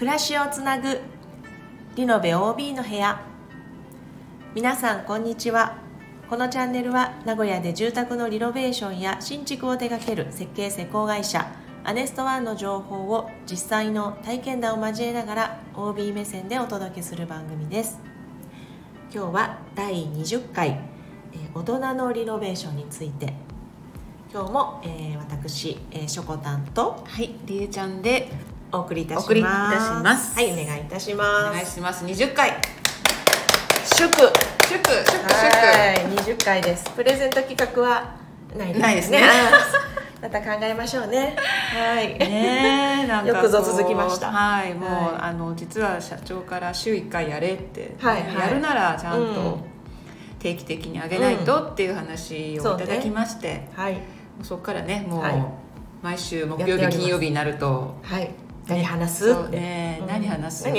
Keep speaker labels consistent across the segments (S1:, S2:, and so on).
S1: 暮らしをつなぐリノベ OB の部屋。皆さんこんにちは。このチャンネルは名古屋で住宅のリノベーションや新築を手掛ける設計施工会社アネストワンの情報を実際の体験談を交えながら OB 目線でお届けする番組です。今日は第20回、大人のリノベーションについて。今日も、私、しょこたんと
S2: りえちゃんで
S1: お送りいたします。はい、お願いいたします。
S2: お願いします。20回
S1: 祝20回です。プレゼント企画はないですね。また考えましょうね。はい。
S2: ね、なんか
S1: よくぞ続きました。
S2: はい、もう、実は社長から週1回やれって、やるならちゃんと定期的にあげないとっていう話をいただきまして、そこからね、もう毎週木曜日金曜日になると、
S1: 何話すって、
S2: 何話す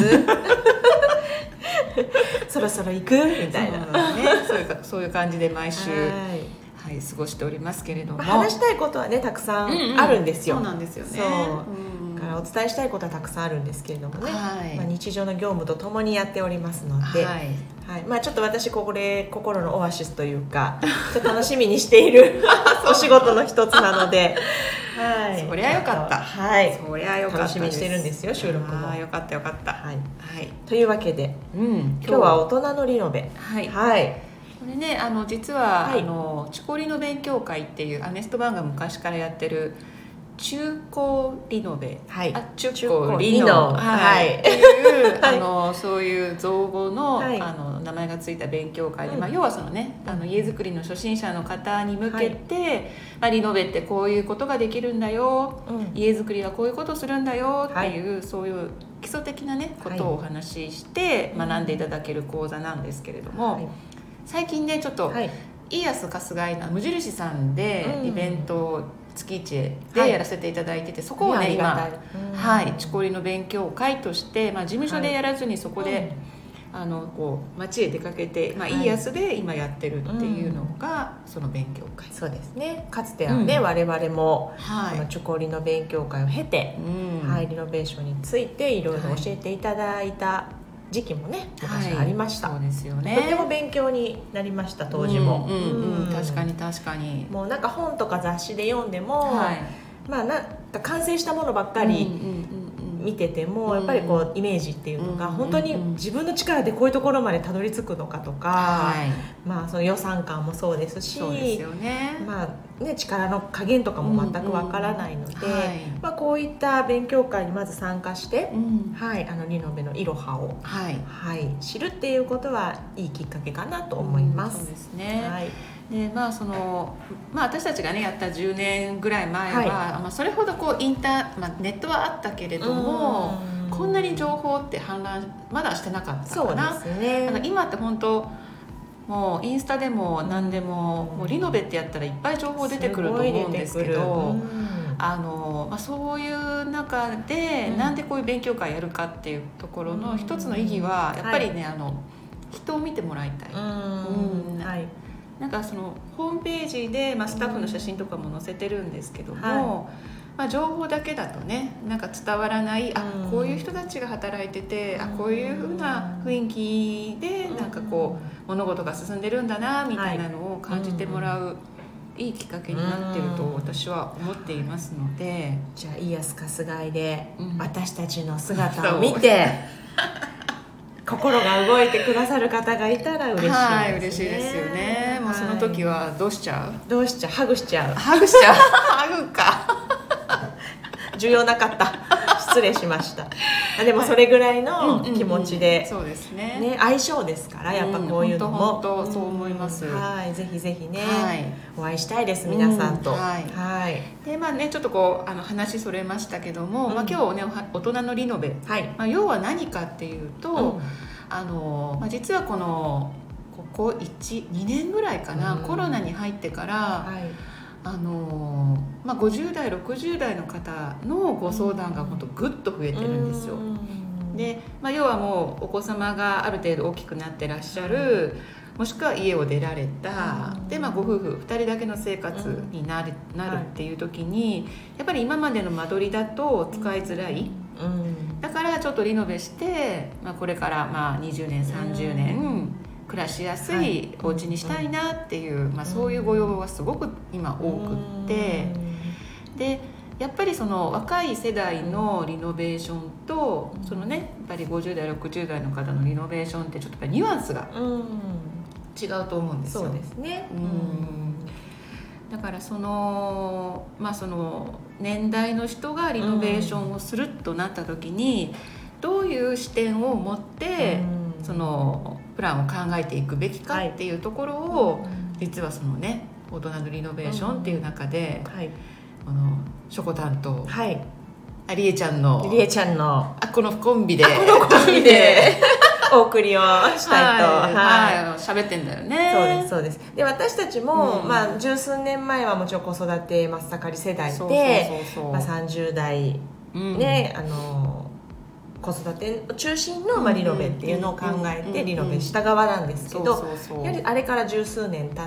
S1: そろそろ行くみたいな、
S2: そういう感じで毎週過ごしておりますけれども、
S1: 話したいことはねたくさんあるんですよ。
S2: そうなんですよね。
S1: だからお伝えしたいことはたくさんあるんですけれどもね、日常の業務とともにやっておりますので、ちょっと私これ心のオアシスというかちょっと楽しみにしているお仕事の一つなので、
S2: そりゃよかった。そりゃよかった。
S1: 楽しみにしてるんですよ、収録も。
S2: よかったよかった。
S1: というわけで、今日は大人のリノベ。
S2: これね、実は、チュコリの勉強会っていうアネストバンが昔からやってる中古リノベ、中古リノっていうそういう造語の、名前がついた勉強会で、要はそのね、家づくりの初心者の方に向けて、リノベってこういうことができるんだよ、家づくりはこういうことするんだよっていう、そういう基礎的なねことをお話しして学んでいただける講座なんですけれども、最近ねちょっと、イヤス春日井の無印さんでイベントを月1でやらせていただいてて、そこをね今チコリの勉強会として、事務所でやらずにそこで、こう街へ出かけて、イヤスで今やってるっていうのが、その勉強会。
S1: そうですね。かつてはね、我々もこのチコリの勉強会を経て、リノベーションについていろいろ教えていただいた時期もね昔ありました。
S2: そうですよね。
S1: とても勉強になりました、当時も。
S2: 確かに確かに。
S1: もうなんか本とか雑誌で読んでも、なんか完成したものばっかり見てても、やっぱりこうイメージっていうのが本当に自分の力でこういうところまでたどり着くのかとか、その予算感もそうですし、力の加減とかも全くわからないので、こういった勉強会にまず参加して、リノベのいろはを、知るっていうことはいいきっかけかなと思います。
S2: そうですね。で私たちがねやった10年ぐらい前は、それほどこうネットはあったけれども、こんなに情報って氾濫まだしてなかったかな。
S1: そうですね。
S2: 今って本当もうインスタでも何でも、もうリノベってやったらいっぱい情報出てくると思うんですけど、そういう中で、なんでこういう勉強会やるかっていうところの一つの意義はやっぱりね、人を見てもらいたい。なんかそのホームページで、スタッフの写真とかも載せてるんですけども、情報だけだとねなんか伝わらない、こういう人たちが働いてて、こういう風な雰囲気でなんかこう物事が進んでるんだなみたいなのを感じてもらう、いいきっかけになってると私は思っていますので、
S1: じゃあイヤス春日井で私たちの姿を見て、心が動いてくださる方がいたら嬉しいですね。
S2: 嬉しいですよね。もうその時はどうしちゃう？
S1: ハグしちゃう。
S2: ハグか。
S1: 重要なかった。失礼しました。でもそれぐらいの気持ちで、
S2: そうですね。
S1: 相性ですからやっぱこういうのも、
S2: 本当そう思います。
S1: ぜひぜひね、お会いしたいです、皆さんと。
S2: でちょっとこう話それましたけども、今日ね大人のリノベ、要は何かっていうと、実はここ2年ぐらいかな、コロナに入ってから、50代60代の方のご相談が本当ぐっと増えてるんですよ。で、要はもうお子様がある程度大きくなってらっしゃる、もしくは家を出られた、で、ご夫婦2人だけの生活になるっていう時に、やっぱり今までの間取りだと使いづらい、 だからちょっとリノベして、これから20年30年暮らしやすいお家にしたいなっていう、そういうご要望がすごく今多くって、でやっぱりその若い世代のリノベーションとそのねやっぱり50代60代の方のリノベーションってちょっとやっぱりニュアンスが違うと思うんですよ。
S1: そうですね。
S2: だからその年代の人がリノベーションをするとなった時にどういう視点を持ってそのプランを考えていくべきかっていうところを実はそのね大人のリノベーションっていう中でこのショコタンとりえちゃんのこのコンビで
S1: お送りをしたいと
S2: 喋ってんだよね。
S1: そうです。で私たちも、十数年前はもちろん子育て真っ盛り世代で30代ね、子育て中心のリノベっていうのを考えてリノベした側なんですけど、やはりあれから十数年経って、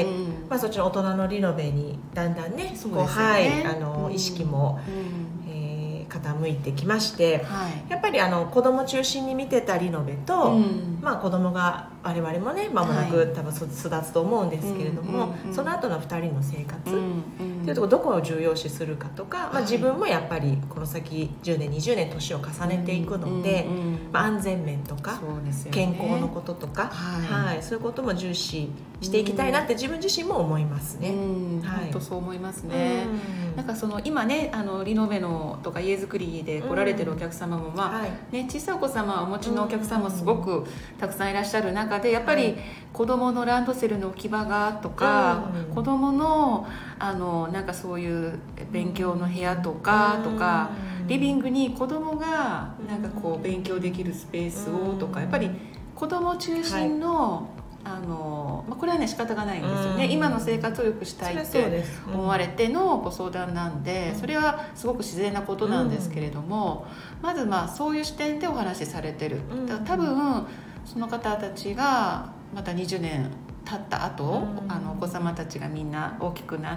S1: そっちの大人のリノベにだんだんね意識も傾いてきまして、やっぱり子供中心に見てたリノベと、子供が我々もね間もなく多分育つと思うんですけれども、その後の2人の生活っていうところどこを重要視するかとか、自分もやっぱりこの先10年20年年を重ねていくので、安全面とか健康のこととか、そういうことも重視していきたいなって自分自身も思いますね。
S2: 本当そう思いますね。なんかその今ねリノベのとか家づくりで来られてるお客様も小さいお子様をお持ちのお客様もすごくたくさんいらっしゃる中でやっぱり子どものランドセルの置き場がとか、子どものなんかそういう勉強の部屋とかリビングに子どもがなんかこう勉強できるスペースをとかやっぱり子ども中心のこれはね仕方がないんですよね。今の生活を良くしたいって思われてのご相談なんで、それはすごく自然なことなんですけれども、まずそういう視点でお話しされてる。だから多分その方たちがまた20年経った後、お子様たちがみんな大きくなって、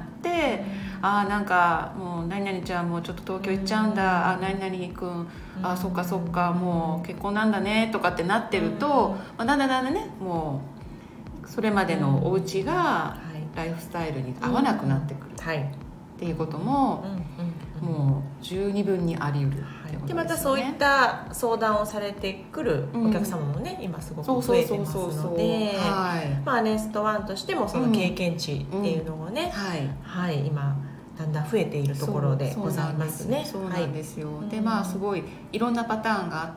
S2: なんかもう何々ちゃんもうちょっと東京行っちゃうんだ、何々くんそっかもう結婚なんだねとかってなってると、だんだんねもうそれまでのお家がライフスタイルに合わなくなってくるっていうことももう十二分にあり得るってことですよね。
S1: でまたそういった相談をされてくるお客様もね、今すごく増えてますので、アネストワンとしてもその経験値っていうのをね、今だんだん増えているところでございますね。
S2: そうなんですよ。ですごいいろんなパターンがあって、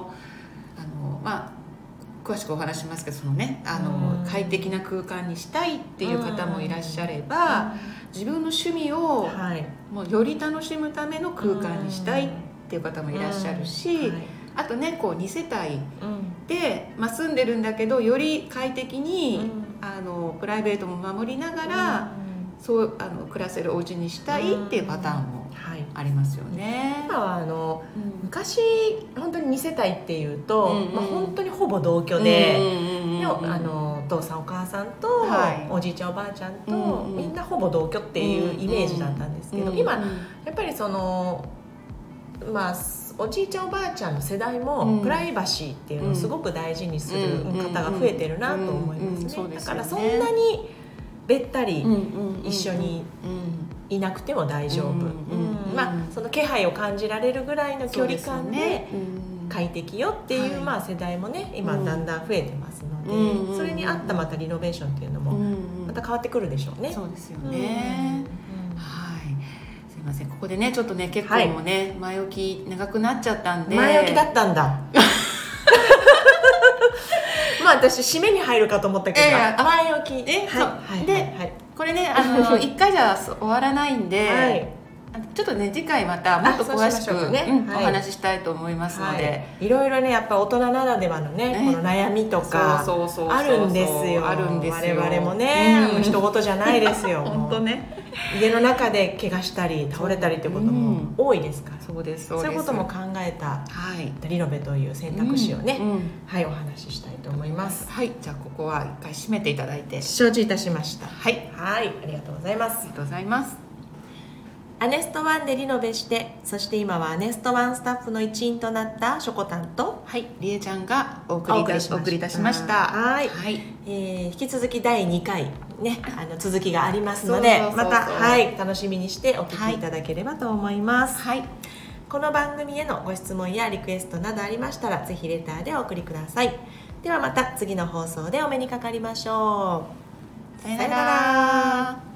S2: 詳しくお話しますけどそのね快適な空間にしたいっていう方もいらっしゃれば、自分の趣味をもうより楽しむための空間にしたいっていう方もいらっしゃるし、あとね2世帯で、住んでるんだけどより快適にプライベートも守りながらそう暮らせるお家にしたいっていうパターンもありますよね。
S1: 今は昔本当に2世帯っていうと、本当にほぼ同居で、お父さんお母さんと、おじいちゃんおばあちゃんと、みんなほぼ同居っていうイメージだったんですけど、今やっぱりそのおじいちゃんおばあちゃんの世代もプライバシーっていうのをすごく大事にする方が増えてるなと思いますね。だからそんなにべったり一緒にいなくても大丈夫、その気配を感じられるぐらいの距離感で快適よっていう世代もね今だんだん増えてますので、それに合ったまたリノベーションっていうのもまた変わってくるでしょうね。
S2: そうですよね。すいません、ここでねちょっとね結構もうね、前置き長くなっちゃったんで。
S1: 前置きだったんだ私締めに入るかと思ったけど、前置きで
S2: これね1回じゃ終わらないんで、ちょっとね次回またもっと詳しくお話ししたいと思いますので、
S1: いろいろねやっぱ大人ならではのねこの悩みとかあるんですよ。我々もね人事じゃないですよ。
S2: 本当ね、
S1: 家の中で怪我したり倒れたりっていうことも多いですから、そういうことも考えたリノベという選択肢をね、お話ししたいと思います。
S2: じゃあここは一回締めていただいて。
S1: 承知いたしました。
S2: はい、
S1: ありがとうございます。
S2: ありがとうございます。
S1: アネストワンでリノベして、そして今はアネストワンスタッフの一員となったしょこたんと、
S2: はい、りえちゃんがお送りいたしました。
S1: はい、引き続き第2回ね、続きがありますので、また、はい、楽しみにしてお聞きいただければと思います。
S2: はい、
S1: この番組へのご質問やリクエストなどありましたら、ぜひレターでお送りください。ではまた次の放送でお目にかかりましょう。
S2: さよなら。